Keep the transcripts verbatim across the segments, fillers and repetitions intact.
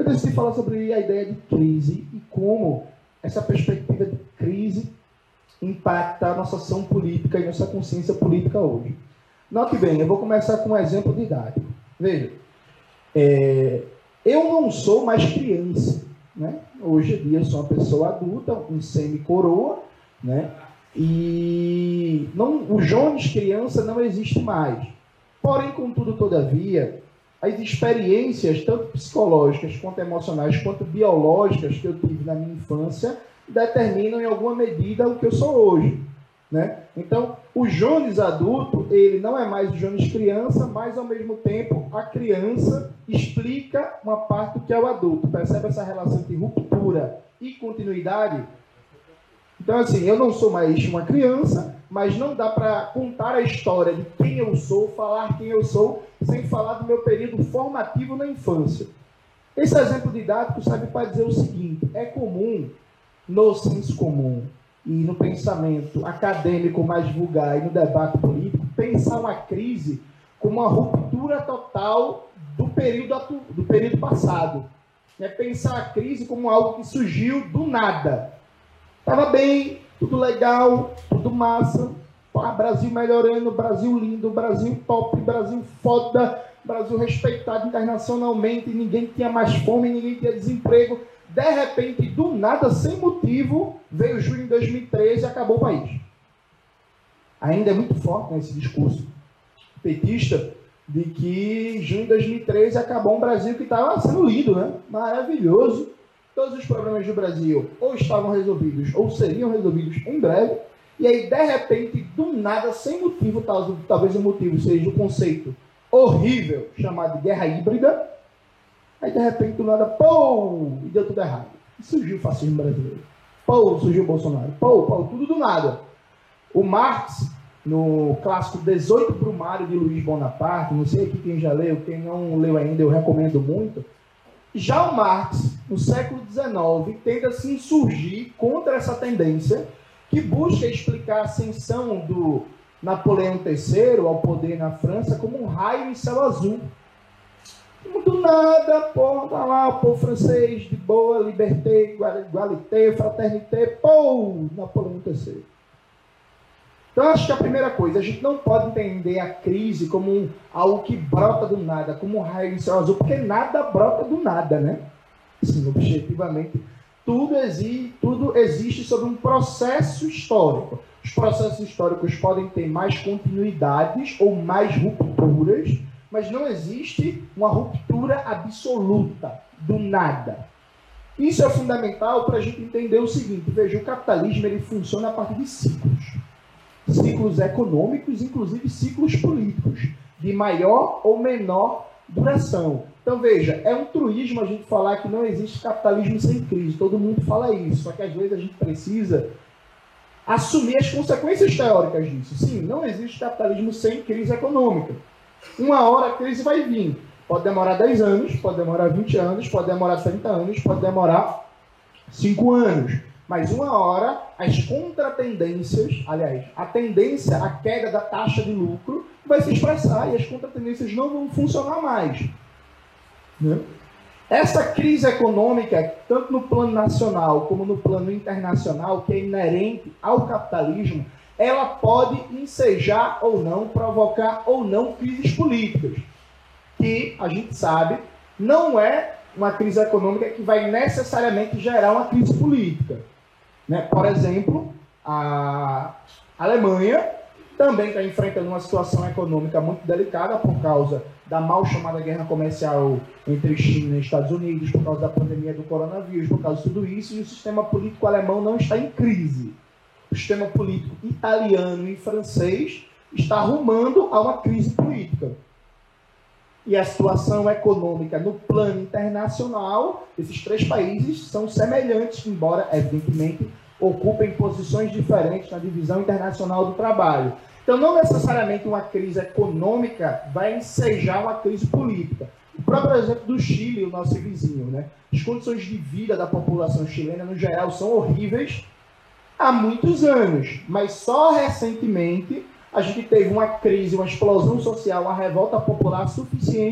decidi falar sobre a ideia de crise e como essa perspectiva de crise impacta a nossa ação política e nossa consciência política hoje. Note bem, eu vou começar com um exemplo didático. Veja, é, eu não sou mais criança, né? Hoje em dia eu sou uma pessoa adulta, um semi-coroa, né? E não, o Jones criança não existe mais. Porém, contudo, todavia, as experiências, tanto psicológicas, quanto emocionais, quanto biológicas que eu tive na minha infância, determinam em alguma medida o que eu sou hoje, né? Então, o Jones adulto, ele não é mais o Jones criança, mas ao mesmo tempo a criança explica uma parte do que é o adulto. Percebe essa relação de ruptura e continuidade? Então, assim, eu não sou mais uma criança, mas não dá para contar a história de quem eu sou, falar quem eu sou, sem falar do meu período formativo na infância. Esse exemplo didático serve para dizer o seguinte: é comum, no senso comum e no pensamento acadêmico mais vulgar e no debate político, pensar uma crise como uma ruptura total do período, atu... do período passado. É pensar a crise como algo que surgiu do nada. Estava bem, tudo legal, tudo massa, pá, Brasil melhorando, Brasil lindo, Brasil top, Brasil foda, Brasil respeitado internacionalmente, ninguém tinha mais fome, ninguém tinha desemprego. De repente, do nada, sem motivo, veio junho de dois mil e treze e acabou o país. Ainda é muito forte, né, esse discurso petista de que junho de dois mil e treze acabou um Brasil que estava sendo lindo, né? Maravilhoso. Todos os problemas do Brasil ou estavam resolvidos ou seriam resolvidos em breve. E aí, de repente, do nada, sem motivo, talvez o motivo seja o conceito horrível chamado de guerra híbrida. Aí, de repente, do nada, pô, e deu tudo errado. E surgiu o fascismo brasileiro. Pô, surgiu o Bolsonaro. Pô, pô, tudo do nada. O Marx, no clássico dezoito Brumário de Luiz Bonaparte, não sei aqui quem já leu, quem não leu ainda, eu recomendo muito. Já o Marx, no século dezenove, tenta se insurgir contra essa tendência que busca explicar a ascensão do Napoleão terceiro ao poder na França como um raio em céu azul. Do nada, pô, tá lá o povo francês, de boa, liberté, igualité, fraternité, pô, Napoleão terceiro. Então, acho que a primeira coisa, a gente não pode entender a crise como um, algo que brota do nada, como um raio em céu azul, porque nada brota do nada, né? Assim, objetivamente, tudo existe, tudo existe sobre um processo histórico. Os processos históricos podem ter mais continuidades ou mais rupturas, mas não existe uma ruptura absoluta, do nada. Isso é fundamental para a gente entender o seguinte: veja, o capitalismo ele funciona a partir de ciclos. Ciclos econômicos, inclusive ciclos políticos, de maior ou menor duração. Então, veja, é um truísmo a gente falar que não existe capitalismo sem crise. Todo mundo fala isso, só que às vezes a gente precisa assumir as consequências teóricas disso. Sim, não existe capitalismo sem crise econômica. Uma hora a crise vai vir. Pode demorar dez anos, pode demorar vinte anos, pode demorar trinta anos, pode demorar cinco anos. Mas uma hora, as contratendências, aliás, a tendência à queda da taxa de lucro vai se expressar e as contratendências não vão funcionar mais. Né? Essa crise econômica, tanto no plano nacional como no plano internacional, que é inerente ao capitalismo, ela pode ensejar ou não, provocar ou não crises políticas, que a gente sabe não é uma crise econômica que vai necessariamente gerar uma crise política. Né? Por exemplo, a Alemanha também está enfrentando uma situação econômica muito delicada por causa da mal chamada guerra comercial entre China e Estados Unidos, por causa da pandemia do coronavírus, por causa de tudo isso, e o sistema político alemão não está em crise. O sistema político italiano e francês está arrumando a uma crise política. E a situação econômica no plano internacional, esses três países são semelhantes, embora, evidentemente, ocupem posições diferentes na divisão internacional do trabalho. Então, não necessariamente uma crise econômica vai ensejar uma crise política. O próprio exemplo do Chile, o nosso vizinho, né? As condições de vida da população chilena, no geral, são horríveis há muitos anos, mas só recentemente a gente teve uma crise, uma explosão social, uma revolta popular suficiente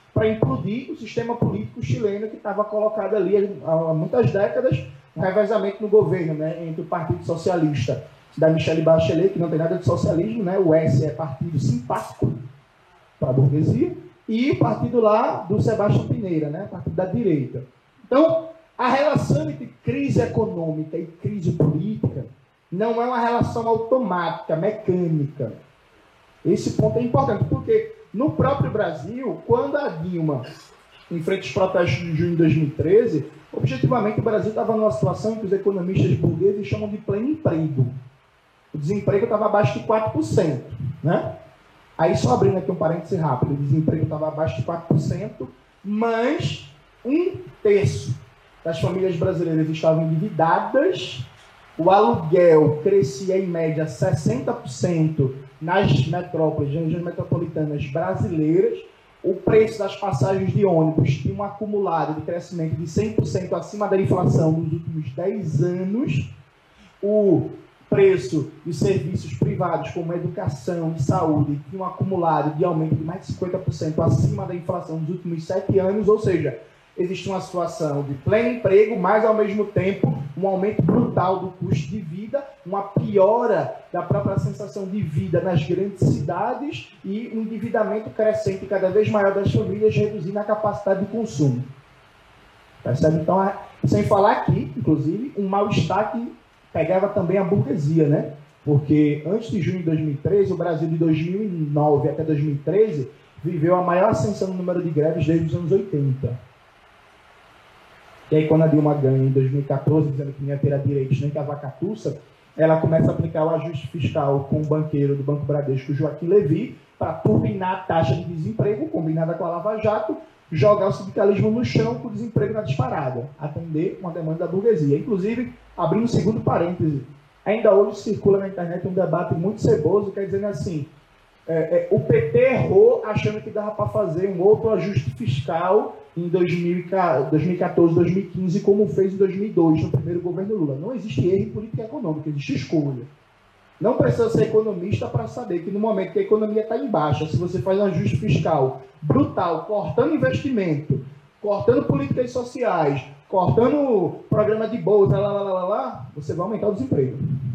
para implodir o sistema político chileno que estava colocado ali há muitas décadas, um revezamento no governo, né, entre o Partido Socialista da Michelle Bachelet, que não tem nada de socialismo, né, o S é partido simpático para a burguesia, e o partido lá do Sebastião Pinheira, né, partido da direita. Então, a relação entre crise econômica e crise política não é uma relação automática, mecânica. Esse ponto é importante, porque no próprio Brasil, quando a Dilma enfrenta os protestos de junho de dois mil e treze, objetivamente o Brasil estava numa situação que os economistas burgueses chamam de pleno emprego. O desemprego estava abaixo de quatro por cento. Né? Aí, só abrindo aqui um parêntese rápido, o desemprego estava abaixo de quatro por cento, mas um terço das famílias brasileiras estavam endividadas, o aluguel crescia em média sessenta por cento nas metrópoles, nas regiões metropolitanas brasileiras, o preço das passagens de ônibus tinha um acumulado de crescimento de cem por cento acima da inflação nos últimos dez anos, o preço de serviços privados como educação e saúde tinha um acumulado de aumento de mais de cinquenta por cento acima da inflação nos últimos sete anos, ou seja, existe uma situação de pleno emprego, mas ao mesmo tempo um aumento brutal do custo de vida, uma piora da própria sensação de vida nas grandes cidades e um endividamento crescente cada vez maior das famílias, reduzindo a capacidade de consumo. Percebe? Então, sem falar aqui, inclusive, um mal-estar que pegava também a burguesia, né? Porque antes de junho de dois mil e treze, o Brasil de dois mil e nove até dois mil e treze viveu a maior ascensão no número de greves desde os anos oitenta. E aí, quando a Dilma ganha em dois mil e quatorze, dizendo que não ia ter direitos nem que a vacatuça, ela começa a aplicar o ajuste fiscal com o banqueiro do Banco Bradesco, Joaquim Levy, para turbinar a taxa de desemprego, combinada com a Lava Jato, jogar o sindicalismo no chão com o desemprego na disparada, atender uma demanda da burguesia. Inclusive, abrindo um segundo parêntese, ainda hoje circula na internet um debate muito ceboso, quer dizer assim, é, é, o P T errou achando que dava para fazer um outro ajuste fiscal em dois mil e quatorze, dois mil e quinze, como fez em dois mil e dois, no primeiro governo Lula. Não existe erro em política econômica, existe escolha. Não precisa ser economista para saber que no momento que a economia está em baixa, se você faz um ajuste fiscal brutal, cortando investimento, cortando políticas sociais, cortando programa de bolsa, lá, lá, lá, lá, lá, você vai aumentar o desemprego.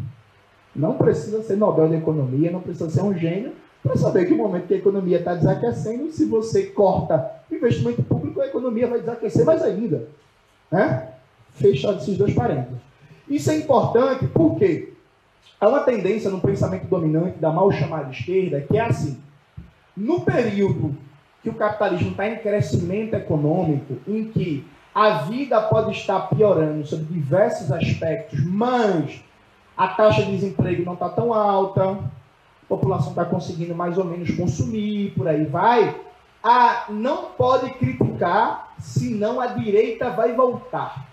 Não precisa ser Nobel de Economia, não precisa ser um gênio para saber que no momento que a economia está desaquecendo, se você corta investimento público, a economia vai desaquecer mais ainda. Né? Fechado esses dois parênteses. Isso é importante porque há uma tendência no pensamento dominante da mal chamada esquerda, que é assim, no período que o capitalismo está em crescimento econômico, em que a vida pode estar piorando sobre diversos aspectos, mas a taxa de desemprego não está tão alta, a população está conseguindo mais ou menos consumir, por aí vai, a, não pode criticar, senão a direita vai voltar.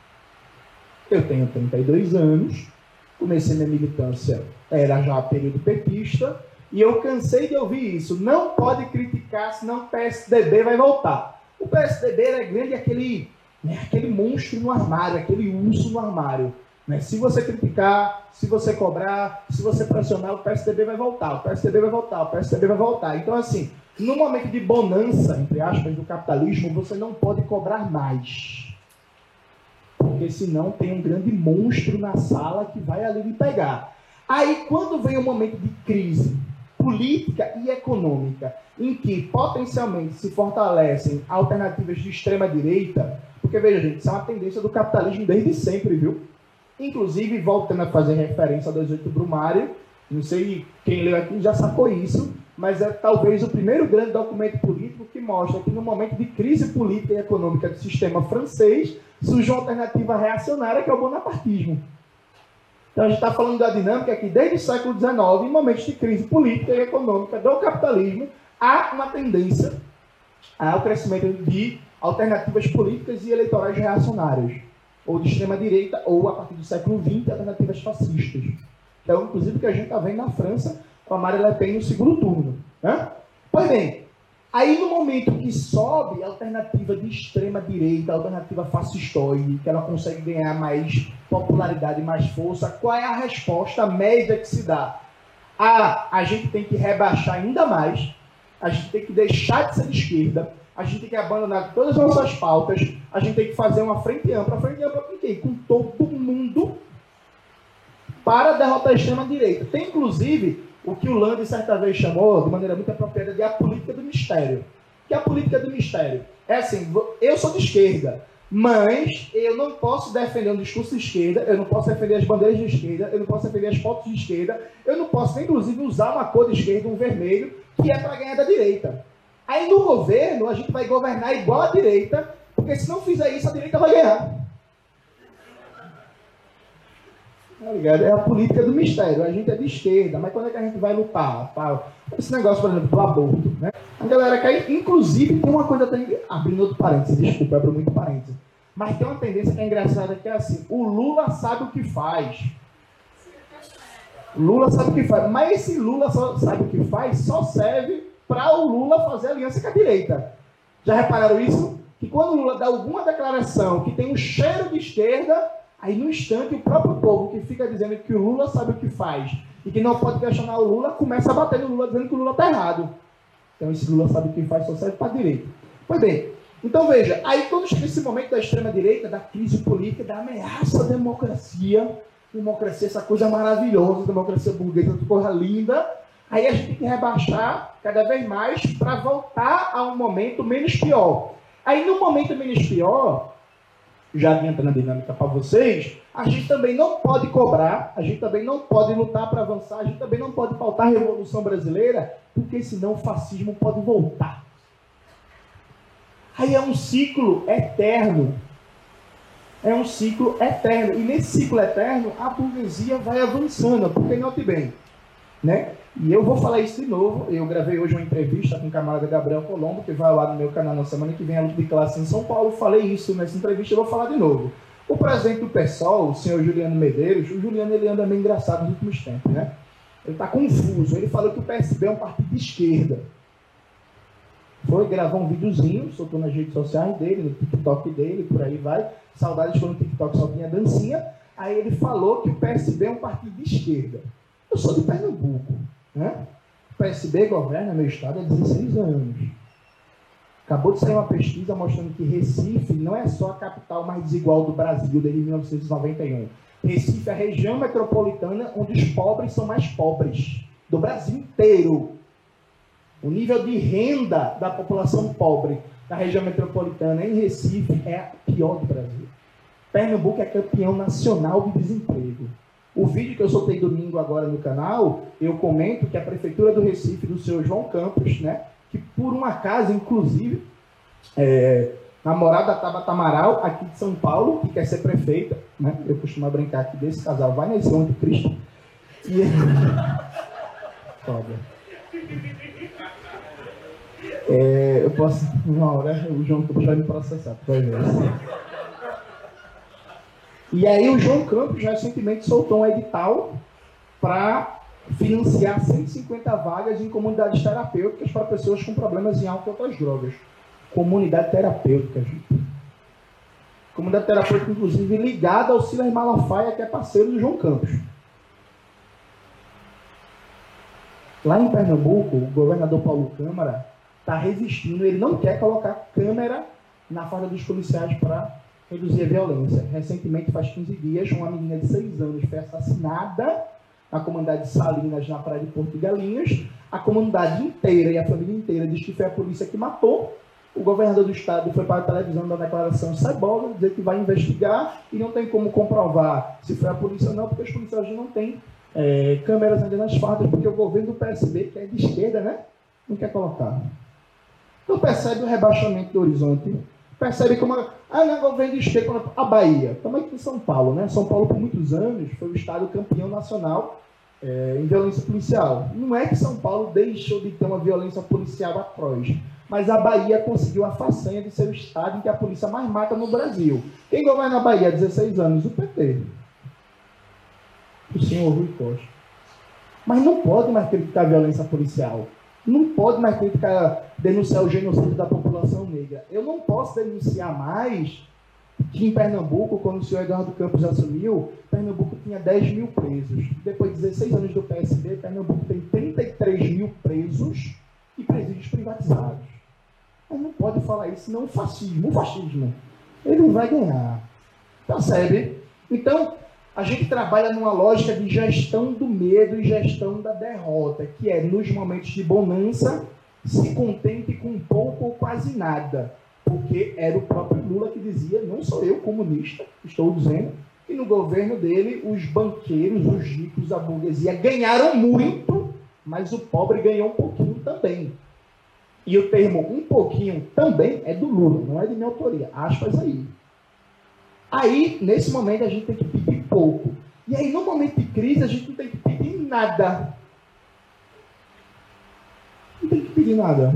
Eu tenho trinta e dois anos, comecei minha militância, era já período petista, e eu cansei de ouvir isso. Não pode criticar, senão o P S D B vai voltar. O P S D B era grande, aquele, né, aquele monstro no armário, aquele urso no armário. Né? Se você criticar, se você cobrar, se você pressionar, o P S D B vai voltar, o P S D B vai voltar, o P S D B vai voltar. Então, assim, no momento de bonança, entre aspas, do capitalismo, você não pode cobrar mais. Porque senão tem um grande monstro na sala que vai ali lhe pegar. Aí, quando vem um momento de crise política e econômica, em que potencialmente se fortalecem alternativas de extrema-direita, porque, veja, gente, isso é uma tendência do capitalismo desde sempre, viu? Inclusive, voltando a fazer referência ao dezoito Brumário, não sei quem leu aqui já sacou isso, mas é talvez o primeiro grande documento político que mostra que no momento de crise política e econômica do sistema francês, surge uma alternativa reacionária que é o bonapartismo. Então a gente está falando da dinâmica que desde o século dezenove, em momentos de crise política e econômica do capitalismo, há uma tendência ao crescimento de alternativas políticas e eleitorais reacionárias, ou de extrema-direita, ou a partir do século vinte, alternativas fascistas. Então, inclusive, o que a gente está vendo na França com a Marine Le Pen no segundo turno. Né? Pois bem, aí no momento que sobe a alternativa de extrema-direita, a alternativa fascistoide, que ela consegue ganhar mais popularidade e mais força, qual é a resposta média que se dá? Ah, a gente tem que rebaixar ainda mais, a gente tem que deixar de ser de esquerda, a gente tem que abandonar todas as nossas pautas, a gente tem que fazer uma frente ampla. A frente ampla com quem? Com todo mundo para derrotar a extrema-direita. Tem, inclusive, o que o Lande certa vez chamou, de maneira muito apropriada, de a política do mistério. Que é a política do mistério? É assim, eu sou de esquerda, mas eu não posso defender um discurso de esquerda, eu não posso defender as bandeiras de esquerda, eu não posso defender as fotos de esquerda, eu não posso, inclusive, usar uma cor de esquerda, um vermelho, que é para ganhar da direita. Aí no governo, a gente vai governar igual a direita, porque se não fizer isso, a direita vai ganhar. Tá ligado? É a política do mistério. A gente é de esquerda, mas quando é que a gente vai lutar? Tá? Esse negócio, por exemplo, do aborto. Né? A galera quer, inclusive, tem uma coisa até abrindo outro parênteses, desculpa, abro muito parênteses. Mas tem uma tendência que é engraçada, que é assim, o Lula sabe o que faz. Lula sabe o que faz, mas esse Lula só sabe o que faz, só serve para o Lula fazer aliança com a direita. Já repararam isso? Que quando o Lula dá alguma declaração que tem um cheiro de esquerda, aí no instante o próprio povo que fica dizendo que o Lula sabe o que faz e que não pode questionar o Lula, começa a bater no Lula dizendo que o Lula está errado. Então esse Lula sabe o que faz, só serve para a direita. Pois bem, então veja, aí quando chega esse momento da extrema-direita, da crise política, da ameaça à democracia, democracia, essa coisa maravilhosa, democracia burguesa, essa coisa linda, aí a gente tem que rebaixar cada vez mais para voltar a um momento menos pior. Aí no momento menos pior, já adiantando a dinâmica para vocês, a gente também não pode cobrar, a gente também não pode lutar para avançar, a gente também não pode pautar a Revolução Brasileira, porque senão o fascismo pode voltar. Aí é um ciclo eterno. É um ciclo eterno. E nesse ciclo eterno, a burguesia vai avançando, porque note bem, né? E eu vou falar isso de novo. Eu gravei hoje uma entrevista com o camarada Gabriel Colombo, que vai lá no meu canal na semana que vem, a luta de classe em São Paulo. Falei isso nessa entrevista, eu vou falar de novo. O presidente do PSOL, o senhor Juliano Medeiros, o Juliano ele anda meio engraçado nos últimos tempos, né? Ele está confuso. Ele falou que o P S B é um partido de esquerda. Foi gravar um videozinho, soltou nas redes sociais dele, no TikTok dele, por aí vai. Saudades quando o TikTok só tinha dancinha. Aí ele falou que o P S B é um partido de esquerda. Eu sou de Pernambuco, né? O P S B governa meu estado há dezesseis anos. Acabou de sair uma pesquisa mostrando que Recife não é só a capital mais desigual do Brasil desde mil novecentos e noventa e um. Recife é a região metropolitana onde os pobres são mais pobres do Brasil inteiro. O nível de renda da população pobre da região metropolitana em Recife é a pior do Brasil. Pernambuco é campeão nacional de desemprego. O vídeo que eu soltei domingo agora no canal, eu comento que a Prefeitura do Recife, do senhor João Campos, né, que por um acaso, inclusive, é, namorada da Tabata Amaral, aqui de São Paulo, que quer ser prefeita, né, eu costumo brincar aqui desse casal, vai nascer um Cristo. E... Foda. É, eu posso, uma hora, o João Campos vai me processar, tu vai ver. E aí o João Campos recentemente soltou um edital para financiar cento e cinquenta vagas em comunidades terapêuticas para pessoas com problemas em álcool e outras drogas. Comunidade terapêutica, gente. Comunidade terapêutica, inclusive, ligada ao Silas Malafaia, que é parceiro do João Campos. Lá em Pernambuco, o governador Paulo Câmara está resistindo, ele não quer colocar câmera na farda dos policiais para reduzir a violência. Recentemente, faz quinze dias, uma menina de seis anos foi assassinada na comunidade de Salinas, na praia de Porto de Galinhas. A comunidade inteira e a família inteira diz que foi a polícia que matou. O governador do estado foi para a televisão dar declaração cebola, dizer que vai investigar e não tem como comprovar se foi a polícia ou não, porque os policiais não têm é, câmeras ainda nas fardas, porque o governo do P S B, que é de esquerda, né, não quer colocar. Então percebe o rebaixamento do horizonte, percebe como a, ah, não é governo de esquerda, a Bahia, também aqui em São Paulo, né? São Paulo por muitos anos foi o estado campeão nacional é, em violência policial. Não é que São Paulo deixou de ter uma violência policial atroz, mas a Bahia conseguiu a façanha de ser o estado em que a polícia mais mata no Brasil. Quem governa a Bahia há dezesseis anos? O P T. O senhor Rui Costa. Mas não pode mais criticar a violência policial. Não pode mais criticar, denunciar o genocídio da população negra. Eu não posso denunciar mais que em Pernambuco, quando o senhor Eduardo Campos assumiu, Pernambuco tinha dez mil presos. Depois de dezesseis anos do P S B, Pernambuco tem trinta e três mil presos e presídios privatizados. Mas não pode falar isso, senão o fascismo, o fascismo, ele vai ganhar. Percebe? Então, a gente trabalha numa lógica de gestão do medo e gestão da derrota, que é, nos momentos de bonança, se contente com pouco ou quase nada. Porque era o próprio Lula que dizia, não sou eu, comunista, estou dizendo, que no governo dele, os banqueiros, os ricos, a burguesia ganharam muito, mas o pobre ganhou um pouquinho também. E o termo um pouquinho também é do Lula, não é de minha autoria. Aspas aí. Aí, nesse momento, a gente tem que pedir pouco. E aí, no momento de crise, a gente não tem que pedir nada. Não tem que pedir nada.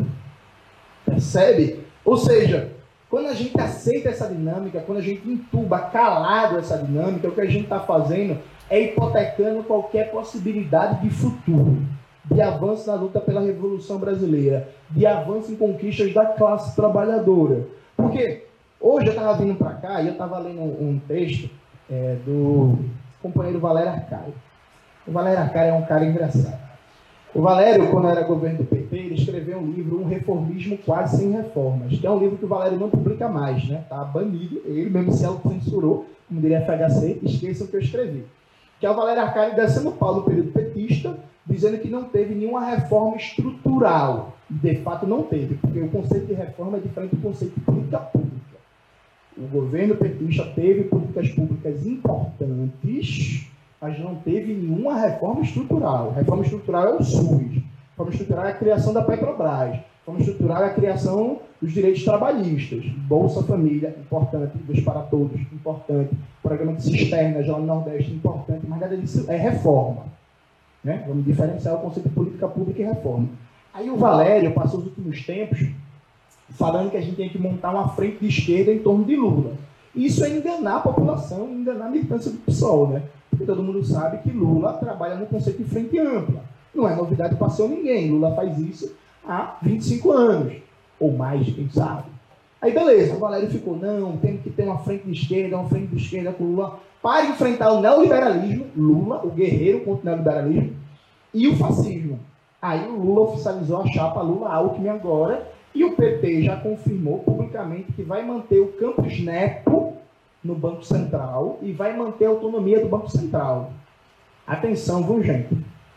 Percebe? Ou seja, quando a gente aceita essa dinâmica, quando a gente entuba calado essa dinâmica, o que a gente está fazendo é hipotecando qualquer possibilidade de futuro, de avanço na luta pela Revolução Brasileira, de avanço em conquistas da classe trabalhadora. Porque hoje eu estava vindo para cá e eu estava lendo um texto é, do companheiro Valério Arcari. O Valério Arcari é um cara engraçado. O Valério, quando era governo do P T, ele escreveu um livro, Um Reformismo Quase Sem Reformas, que é um livro que o Valério não publica mais, né? Está banido, ele mesmo se autocensurou, como diria F H C, esqueçam o que eu escrevi. Que é o Valério Arcari descendo o pau no período petista, dizendo que não teve nenhuma reforma estrutural. De fato, não teve, porque o conceito de reforma é diferente do conceito de política pública. O governo petista teve políticas públicas importantes, mas não teve nenhuma reforma estrutural. Reforma estrutural é o SUS. Reforma estrutural é a criação da Petrobras. Reforma estrutural é a criação dos direitos trabalhistas. Bolsa Família, importante. Dois para Todos, importante. Programa de cisternas lá no Nordeste, importante. Mas nada disso é reforma. Né? Vamos diferenciar o conceito de política pública e reforma. Aí o Valério passou os últimos tempos falando que a gente tem que montar uma frente de esquerda em torno de Lula. Isso é enganar a população, enganar a militância do P SOL, né? Porque todo mundo sabe que Lula trabalha no conceito de frente ampla. Não é novidade para ser ninguém. Lula faz isso há vinte e cinco anos. Ou mais, quem sabe. Aí beleza, o Valério ficou, não, tem que ter uma frente de esquerda, uma frente de esquerda com Lula, para enfrentar o neoliberalismo, Lula, o guerreiro contra o neoliberalismo, e o fascismo. Aí o Lula oficializou a chapa Lula-Alckmin agora, e o P T já confirmou publicamente que vai manter o Campos Neto no Banco Central e vai manter a autonomia do Banco Central. Atenção, viu, gente?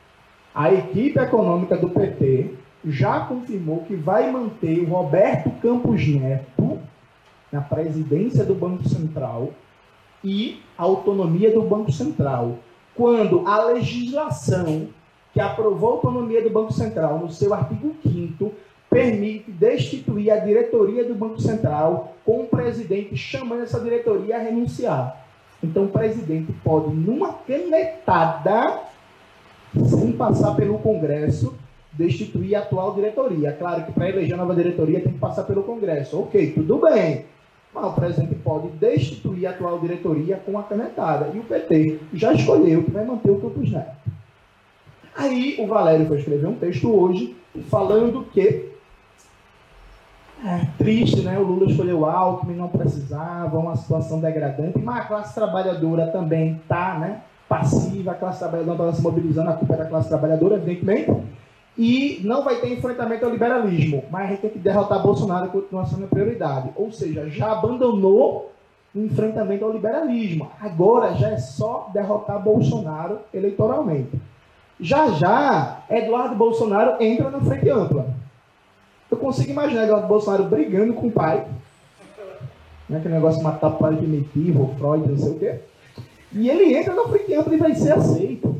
A equipe econômica do P T já confirmou que vai manter o Roberto Campos Neto na presidência do Banco Central e a autonomia do Banco Central, quando a legislação que aprovou a autonomia do Banco Central no seu artigo quinto permite destituir a diretoria do Banco Central com o presidente chamando essa diretoria a renunciar. Então o presidente pode, numa canetada, sem passar pelo Congresso, destituir a atual diretoria. Claro que para eleger a nova diretoria tem que passar pelo Congresso. Ok, tudo bem. Mas o presidente pode destituir a atual diretoria com a canetada. E o P T já escolheu que vai manter o Campos Neto. Aí o Valério foi escrever um texto hoje falando que é triste, né? O Lula escolheu o Alckmin, não precisava, uma situação degradante, mas a classe trabalhadora também está, né, passiva, a classe trabalhadora está se mobilizando, a culpa é da classe trabalhadora, evidentemente, e não vai ter enfrentamento ao liberalismo, mas a gente tem que derrotar Bolsonaro e continua sendo a prioridade. Ou seja, já abandonou o enfrentamento ao liberalismo. Agora já é só derrotar Bolsonaro eleitoralmente. Já já, Eduardo Bolsonaro entra na frente ampla. Eu consigo imaginar Eduardo Bolsonaro brigando com o pai, né, aquele negócio de matar o pai primitivo, Freud, não sei o quê, e ele entra na frente ampla e vai ser aceito.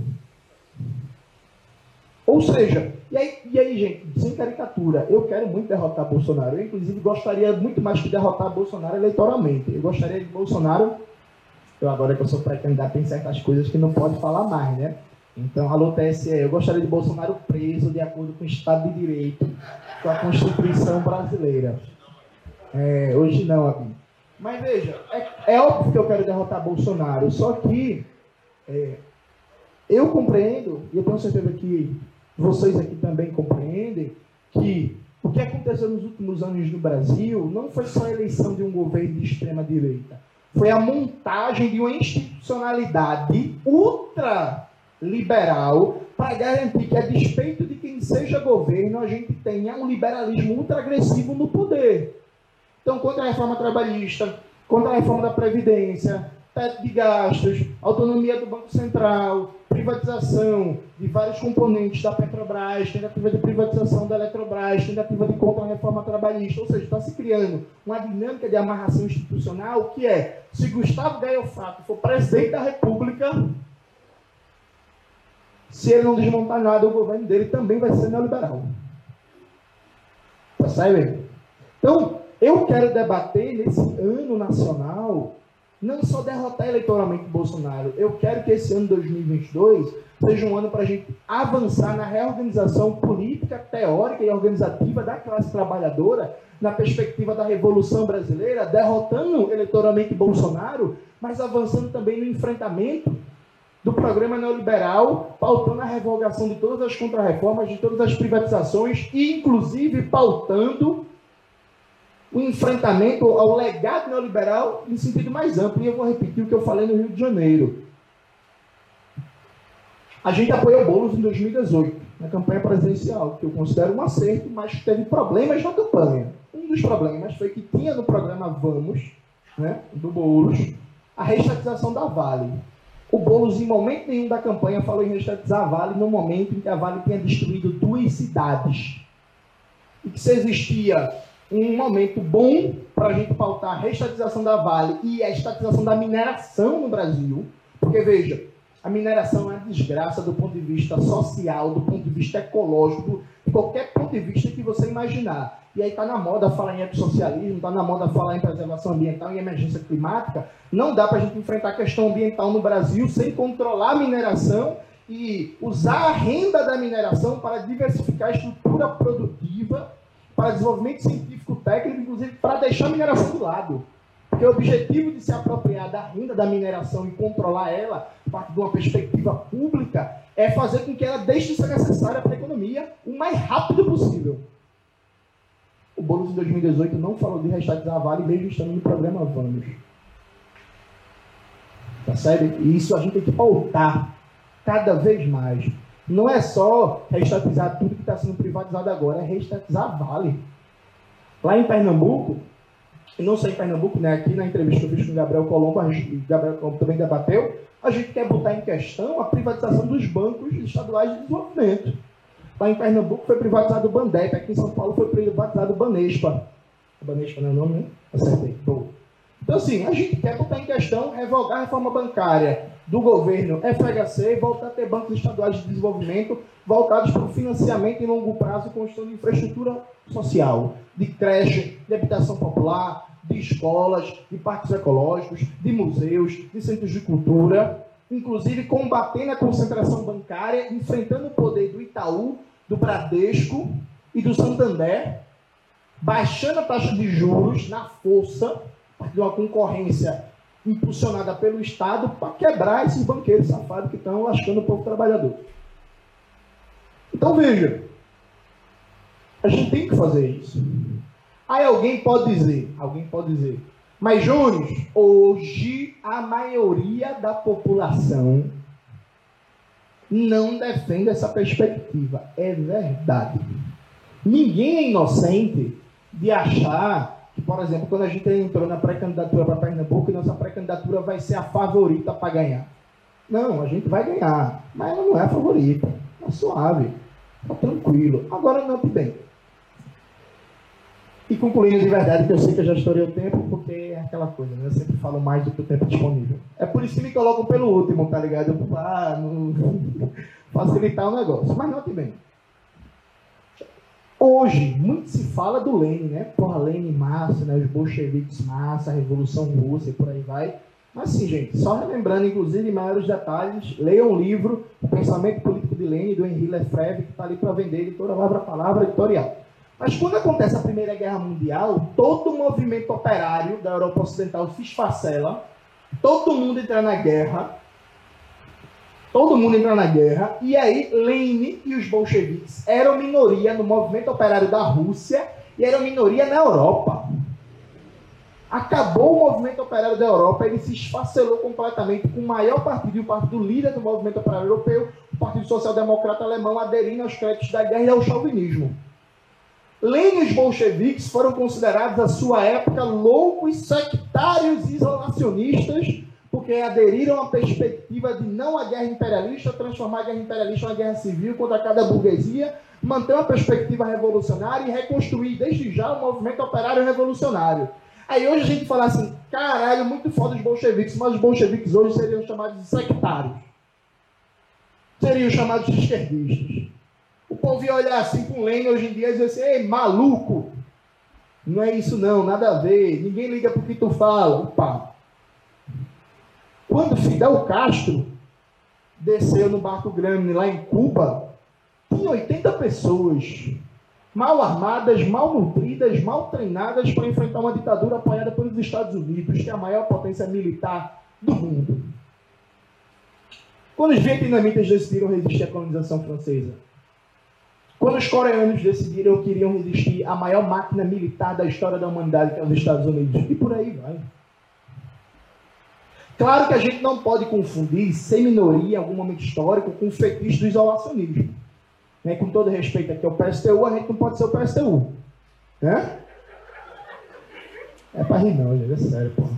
Ou seja, e aí, e aí, gente, sem caricatura, eu quero muito derrotar Bolsonaro. Eu, inclusive, gostaria muito mais que derrotar Bolsonaro eleitoralmente. Eu gostaria de Bolsonaro, eu agora que eu sou pré-candidato, tem certas coisas que não pode falar mais, né? Então, alô, T S E, eu gostaria de Bolsonaro preso de acordo com o Estado de Direito, com a Constituição brasileira. É, hoje não, amigo. Mas veja, é, é óbvio que eu quero derrotar Bolsonaro, só que é, eu compreendo, e eu tenho certeza que vocês aqui também compreendem, que o que aconteceu nos últimos anos no Brasil não foi só a eleição de um governo de extrema-direita, foi a montagem de uma institucionalidade ultra liberal para garantir que, a despeito de quem seja governo, a gente tenha um liberalismo ultra-agressivo no poder. Então, contra a reforma trabalhista, contra a reforma da Previdência, teto de gastos, autonomia do Banco Central, privatização de vários componentes da Petrobras, tentativa de privatização da Eletrobras, tentativa de contra-reforma trabalhista. Ou seja, está se criando uma dinâmica de amarração institucional que é, se Gustavo Gaio Fato for presidente da República, se ele não desmontar nada, o governo dele também vai ser neoliberal. Percebe? Então, eu quero debater nesse ano nacional, não só derrotar eleitoralmente Bolsonaro, eu quero que esse ano dois mil e vinte e dois seja um ano para a gente avançar na reorganização política, teórica e organizativa da classe trabalhadora, na perspectiva da Revolução Brasileira, derrotando eleitoralmente Bolsonaro, mas avançando também no enfrentamento do programa neoliberal, pautando a revogação de todas as contrarreformas, de todas as privatizações, e inclusive pautando o enfrentamento ao legado neoliberal em sentido mais amplo. E eu vou repetir o que eu falei no Rio de Janeiro. A gente apoiou Boulos em dois mil e dezoito, na campanha presidencial, que eu considero um acerto, mas teve problemas na campanha. Um dos problemas foi que tinha no programa Vamos, né, do Boulos, a reestatização da Vale. O Boulos, em momento nenhum da campanha, falou em reestatizar a Vale no momento em que a Vale tinha destruído duas cidades. E que se existia um momento bom para a gente pautar a reestatização da Vale e a estatização da mineração no Brasil, porque, veja, a mineração é uma desgraça do ponto de vista social, do ponto de vista ecológico, de qualquer ponto de vista que você imaginar. E aí está na moda falar em ecossocialismo, está na moda falar em preservação ambiental e emergência climática. Não dá para a gente enfrentar a questão ambiental no Brasil sem controlar a mineração e usar a renda da mineração para diversificar a estrutura produtiva, para desenvolvimento científico técnico, inclusive para deixar a mineração de lado. Porque o objetivo de se apropriar da renda da mineração e controlar ela, a partir de uma perspectiva pública, é fazer com que ela deixe de ser necessária para a economia o mais rápido possível. O Boulos, em dois mil e dezoito, não falou de reestatizar a Vale, mesmo estando no programa Vamos. Percebe? E isso a gente tem que pautar cada vez mais. Não é só reestatizar tudo que está sendo privatizado agora, é reestatizar a Vale. Lá em Pernambuco, e não só em Pernambuco, né, aqui na entrevista que eu fiz com o Gabriel Colombo, a gente, Gabriel Colombo também debateu, a gente quer botar em questão a privatização dos bancos estaduais de desenvolvimento. Lá em Pernambuco foi privatizado o Bandep, aqui em São Paulo foi privatizado o Banespa. O Banespa não é o nome, né? Acertei. Boa. Então, assim, a gente quer botar em questão, revogar a reforma bancária do governo F H C, voltar a ter bancos estaduais de desenvolvimento voltados para o financiamento em longo prazo e construção de infraestrutura social, de creche, de habitação popular, de escolas, de parques ecológicos, de museus, de centros de cultura, inclusive combatendo a concentração bancária, enfrentando o poder do Itaú, do Bradesco e do Santander, baixando a taxa de juros na força de uma concorrência impulsionada pelo Estado para quebrar esses banqueiros safados que estão lascando o povo trabalhador. Então, veja, a gente tem que fazer isso. Aí alguém pode dizer, alguém pode dizer, mas, Júnior, hoje a maioria da população não defende essa perspectiva. É verdade. Ninguém é inocente de achar que, por exemplo, quando a gente entrou na pré-candidatura para Pernambuco, nossa pré-candidatura vai ser a favorita para ganhar. Não, a gente vai ganhar, mas ela não é a favorita. Está suave, está tranquilo. Agora, note bem. E concluindo de verdade, que eu sei que eu já estourei o tempo, porque é aquela coisa, né? Eu sempre falo mais do que o tempo disponível. É por isso que me colocam pelo último, tá ligado? Ah, não... facilitar o negócio. Mas note bem. Hoje, muito se fala do Lenin, né? Porra, Lenin massa, né? Os bolcheviques massa, a Revolução Russa e por aí vai. Mas sim, gente, só relembrando, inclusive, em maiores detalhes, leiam o livro O Pensamento Político de Lenin, do Henri Lefebvre, que está ali para vender, editora Palavra a Palavra, editorial. Mas quando acontece a Primeira Guerra Mundial, todo o movimento operário da Europa Ocidental se esfacela, todo mundo entra na guerra, todo mundo entra na guerra, e aí Lenin e os bolcheviques eram minoria no movimento operário da Rússia e eram minoria na Europa. Acabou o movimento operário da Europa, ele se esfacelou completamente com o maior partido e o partido líder do movimento operário europeu, o Partido Social Democrata Alemão aderindo aos créditos da guerra e ao chauvinismo. Lenin e os bolcheviques foram considerados, à sua época, loucos, sectários e isolacionistas, porque aderiram à perspectiva de não a guerra imperialista, transformar a guerra imperialista em uma guerra civil contra cada burguesia, manter uma perspectiva revolucionária e reconstruir desde já o movimento operário revolucionário. Aí hoje a gente fala assim, caralho, muito foda os bolcheviques, mas os bolcheviques hoje seriam chamados de sectários. Seriam chamados de esquerdistas. O povo ia olhar assim para o Lenin hoje em dia e dizer assim, ei, maluco, não é isso não, nada a ver, ninguém liga para o que tu fala. Opa. Quando Fidel Castro desceu no barco Gremlin lá em Cuba, tinha oitenta pessoas mal armadas, mal nutridas, mal treinadas para enfrentar uma ditadura apoiada pelos Estados Unidos, que é a maior potência militar do mundo. Quando os vietnamitas decidiram resistir à colonização francesa, quando os coreanos decidiram que iriam resistir à maior máquina militar da história da humanidade, que é os Estados Unidos, e por aí vai. Claro que a gente não pode confundir ser minoria em algum momento histórico com o fetiche do isolacionismo. Né? Com todo respeito aqui ao P S T U, a gente não pode ser o P S T U. Né? É pra rir não, gente. É sério, pô.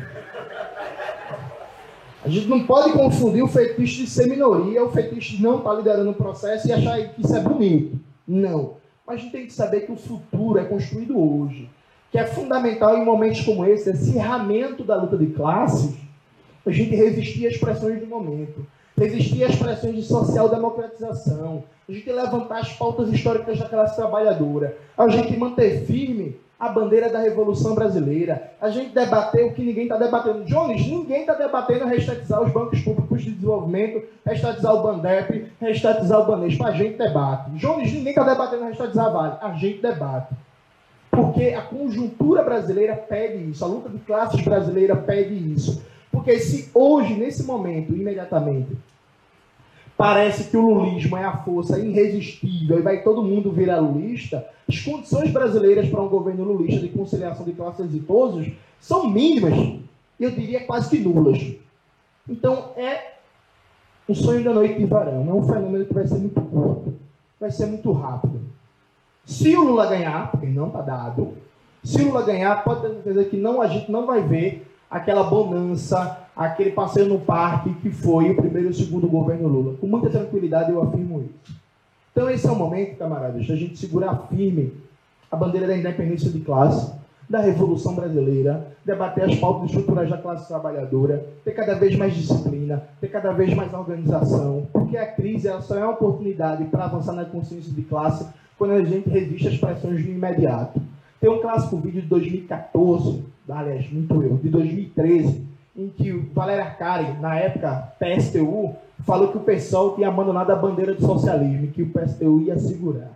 A gente não pode confundir o fetiche de ser minoria, o fetiche de não estar liderando o processo e achar que isso é bonito. Não. Mas a gente tem que saber que o futuro é construído hoje. Que é fundamental em momentos como esse, esse acirramento da luta de classes, a gente resistir às pressões do momento. Resistir às pressões de social-democratização, a gente levantar as pautas históricas da classe trabalhadora, a gente manter firme a bandeira da Revolução Brasileira, a gente debater o que ninguém está debatendo. Jones, ninguém está debatendo restatizar os bancos públicos de desenvolvimento, restatizar o Bandep, restatizar o Banespa, a gente debate. Jones, ninguém está debatendo restatizar a Vale, a gente debate. Porque a conjuntura brasileira pede isso, a luta de classes brasileira pede isso. Porque se hoje, nesse momento, imediatamente, parece que o lulismo é a força irresistível e vai todo mundo virar lulista, as condições brasileiras para um governo lulista de conciliação de classes exitosos são mínimas, eu diria quase que nulas. Então é um sonho da noite de verão, não é um fenômeno que vai ser muito curto, vai ser muito rápido. Se o Lula ganhar, porque não está dado, se o Lula ganhar, pode ter certeza que não, a gente não vai ver aquela bonança, aquele passeio no parque que foi o primeiro e o segundo governo Lula. Com muita tranquilidade eu afirmo isso. Então esse é o momento, camaradas, da gente segurar firme a bandeira da independência de classe, da Revolução Brasileira, debater as pautas estruturais da classe trabalhadora, ter cada vez mais disciplina, ter cada vez mais organização, porque a crise ela só é uma oportunidade para avançar na consciência de classe quando a gente resiste às pressões do imediato. Tem um clássico vídeo de dois mil e quatorze, aliás, muito eu, de dois mil e treze, em que o Valério Arcari, na época P S T U, falou que o PSOL tinha abandonado a bandeira do socialismo e que o P S T U ia segurar.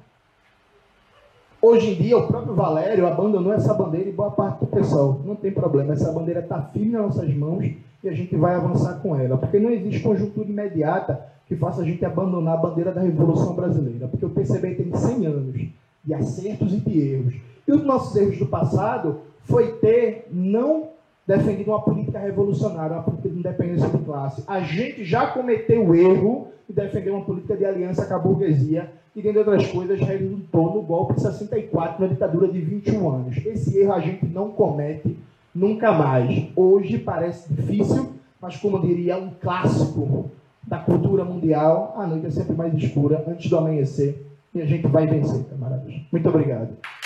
Hoje em dia, o próprio Valério abandonou essa bandeira e boa parte do PSOL. Não tem problema, essa bandeira está firme nas nossas mãos e a gente vai avançar com ela. Porque não existe conjuntura imediata que faça a gente abandonar a bandeira da Revolução Brasileira. Porque o P C B tem cem anos de acertos e de erros. E um dos nossos erros do passado foi ter não defendido uma política revolucionária, uma política de independência de classe. A gente já cometeu o erro de defender uma política de aliança com a burguesia e, dentre outras coisas, resultou no golpe de sessenta e quatro, na ditadura de vinte e um anos. Esse erro a gente não comete nunca mais. Hoje parece difícil, mas, como diria um clássico da cultura mundial, a noite é sempre mais escura antes do amanhecer e a gente vai vencer, camaradas. Muito obrigado.